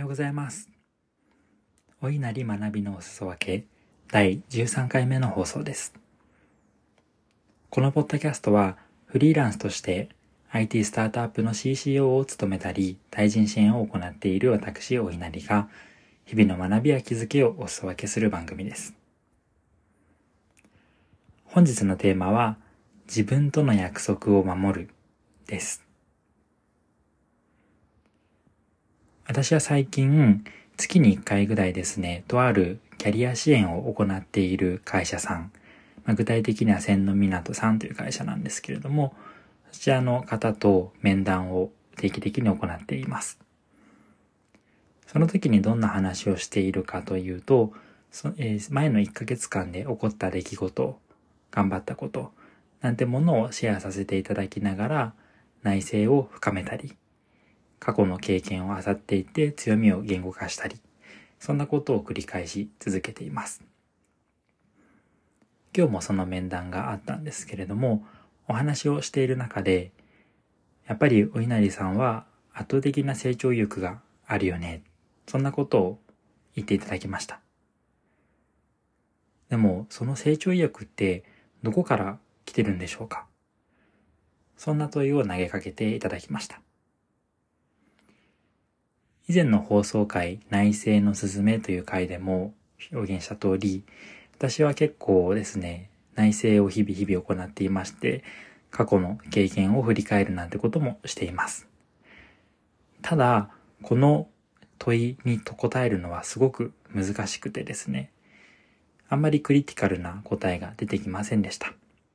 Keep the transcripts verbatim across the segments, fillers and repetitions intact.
ようございます。お稲荷学びのお裾分けだいじゅうさんかいめの放送です。このポッドキャストはフリーランスとして アイティー スタートアップの シーシーオー を務めたり対人支援を行っている私お稲荷が日々の学びや気づきをお裾分けする番組です。本日のテーマは自分との約束を守るです。私は最近月にいっかいぐらいですね、とあるキャリア支援を行っている会社さん、まあ、具体的には千の港さんという会社なんですけれども、そちらの方と面談を定期的に行っています。その時にどんな話をしているかというと、そえー、前のいっかげつかんで起こった出来事、頑張ったこと、なんてものをシェアさせていただきながら内省を深めたり、過去の経験を漁っていって強みを言語化したり、そんなことを繰り返し続けています。今日もその面談があったんですけれども、お話をしている中で、やっぱりお稲荷さんは圧倒的な成長意欲があるよね。そんなことを言っていただきました。でも、その成長意欲ってどこから来てるんでしょうか？そんな問いを投げかけていただきました。以前の放送回、内省のすすめという回でも表現した通り、私は結構ですね、内省を日々日々行っていまして、過去の経験を振り返るなんてこともしています。ただ、この問いに答えるのはすごく難しくてですね、あんまりクリティカルな答えが出てきませんでした。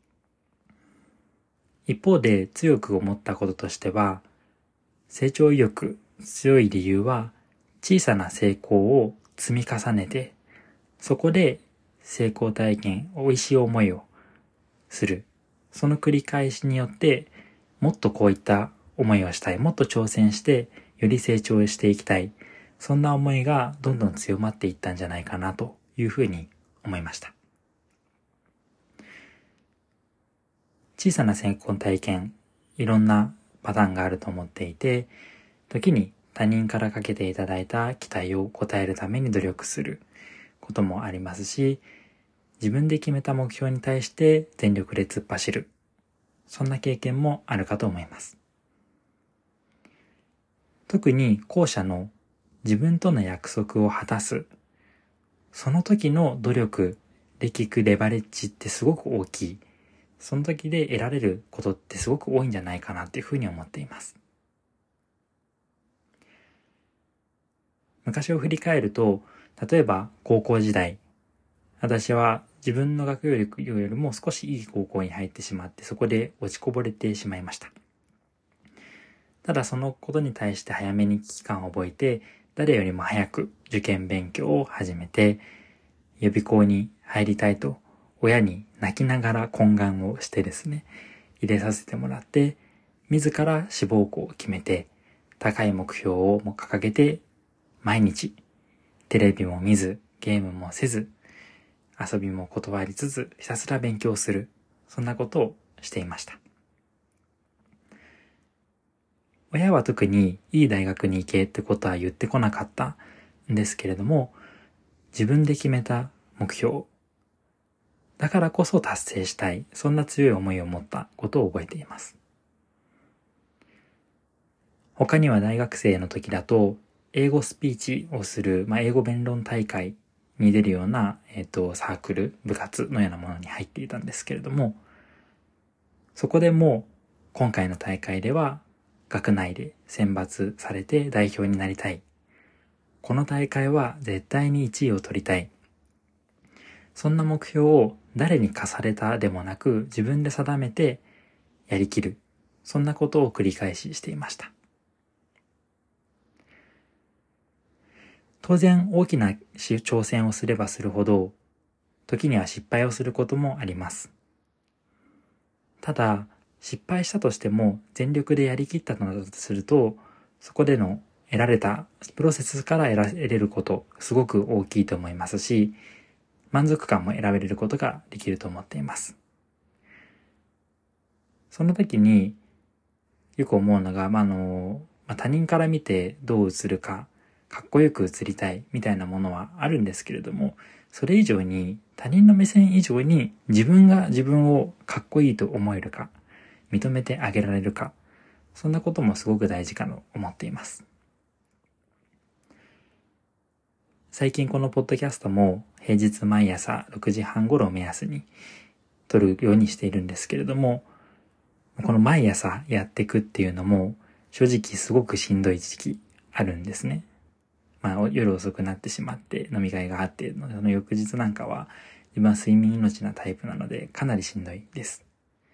一方で強く思ったこととしては、成長意欲、強い理由は小さな成功を積み重ねて、そこで成功体験、美味しい思いをする。その繰り返しによって、もっとこういった思いをしたい、もっと挑戦して、より成長していきたい。そんな思いがどんどん強まっていったんじゃないかなというふうに思いました。小さな成功体験、いろんなパターンがあると思っていて、時に他人からかけていただいた期待を応えるために努力することもありますし、自分で決めた目標に対して全力で突っ走る。そんな経験もあるかと思います。特に後者の自分との約束を果たす。その時の努力で効くレバレッジってすごく大きい。その時で得られることってすごく多いんじゃないかなというふうに思っています。昔を振り返ると、例えば高校時代、私は自分の学力よりも少しいい高校に入ってしまって、そこで落ちこぼれてしまいました。ただそのことに対して早めに危機感を覚えて、誰よりも早く受験勉強を始めて、予備校に入りたいと親に泣きながら懇願をしてですね、入れさせてもらって、自ら志望校を決めて、高い目標をも掲げて、毎日テレビも見ず、ゲームもせず、遊びも断りつつ、ひたすら勉強する。そんなことをしていました。親は特にいい大学に行けってことは言ってこなかったんですけれども、自分で決めた目標、だからこそ達成したい、そんな強い思いを持ったことを覚えています。他には大学生の時だと、英語スピーチをする、まあ、英語弁論大会に出るような、えっと、サークル、部活のようなものに入っていたんですけれども、そこでも今回の大会では学内で選抜されて代表になりたい。この大会は絶対にいちいを取りたい。そんな目標を誰に課されたでもなく自分で定めてやりきる。そんなことを繰り返ししていました。当然大きな挑戦をすればするほど、時には失敗をすることもあります。ただ、失敗したとしても全力でやりきったのだとすると、そこでの得られたプロセスから得られること、すごく大きいと思いますし、満足感も得られることができると思っています。その時によく思うのが、まあ、あの、まあ、他人から見てどう映るか、 かっこよく映りたいみたいなものはあるんですけれども、それ以上に他人の目線以上に自分が自分をかっこいいと思えるか、認めてあげられるか、そんなこともすごく大事かと思っています。最近このポッドキャストも平日毎朝ろくじはん頃を目安に撮るようにしているんですけれども、この毎朝やっていくっていうのも正直すごくしんどい時期あるんですね。まあ夜遅くなってしまって飲み会があって、その翌日なんかは自分は睡眠命なタイプなのでかなりしんどいです。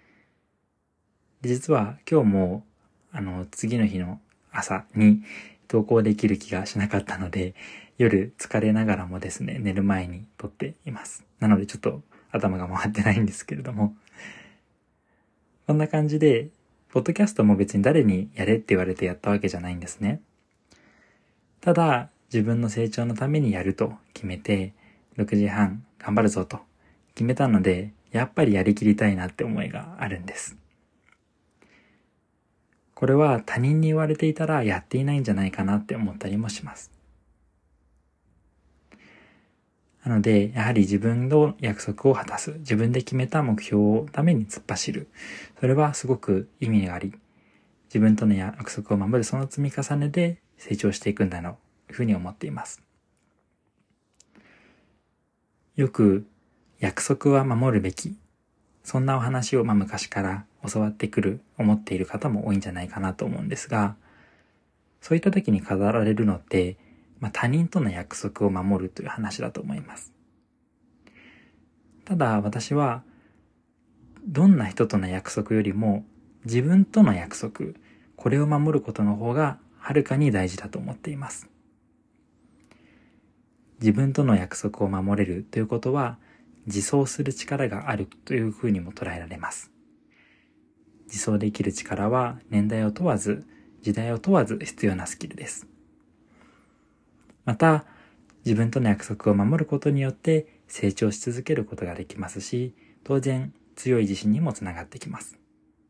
実は今日もあの次の日の朝に投稿できる気がしなかったので、夜疲れながらもですね、寝る前に撮っています。なのでちょっと頭が回ってないんですけれども、こんな感じでポッドキャストも別に誰にやれって言われてやったわけじゃないんですね。ただ自分の成長のためにやると決めて、ろくじはん頑張るぞと決めたので、やっぱりやりきりたいなって思いがあるんです。これは他人に言われていたらやっていないんじゃないかなって思ったりもします。なので、やはり自分の約束を果たす、自分で決めた目標のために突っ走る。それはすごく意味があり、自分との約束を守るその積み重ねで成長していくんだなというふうに思っています。よく約束は守るべき、そんなお話をまあ昔から教わってくる、思っている方も多いんじゃないかなと思うんですが、そういった時に語られるのって、まあ、他人との約束を守るという話だと思います。ただ私は、どんな人との約束よりも自分との約束、これを守ることの方がはるかに大事だと思っています。自分との約束を守れるということは、自走する力があるというふうにも捉えられます。自走できる力は年代を問わず、時代を問わず必要なスキルです。また、自分との約束を守ることによって成長し続けることができますし、当然強い自信にもつながってきます。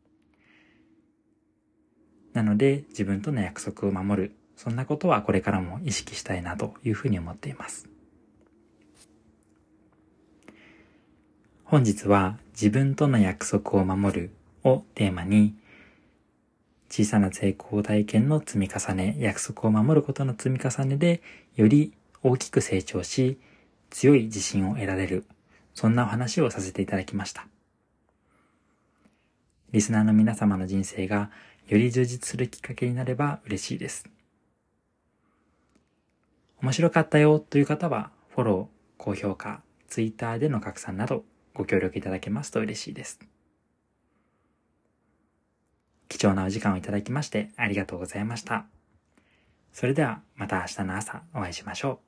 なので、自分との約束を守る、そんなことはこれからも意識したいなというふうに思っています。本日は自分との約束を守るをテーマに、小さな成功体験の積み重ね、約束を守ることの積み重ねで、より大きく成長し、強い自信を得られる、そんなお話をさせていただきました。リスナーの皆様の人生がより充実するきっかけになれば嬉しいです。面白かったよという方は、フォロー、高評価、ツイッターでの拡散などご協力いただけますと嬉しいです。貴重なお時間をいただきましてありがとうございました。それではまた明日の朝お会いしましょう。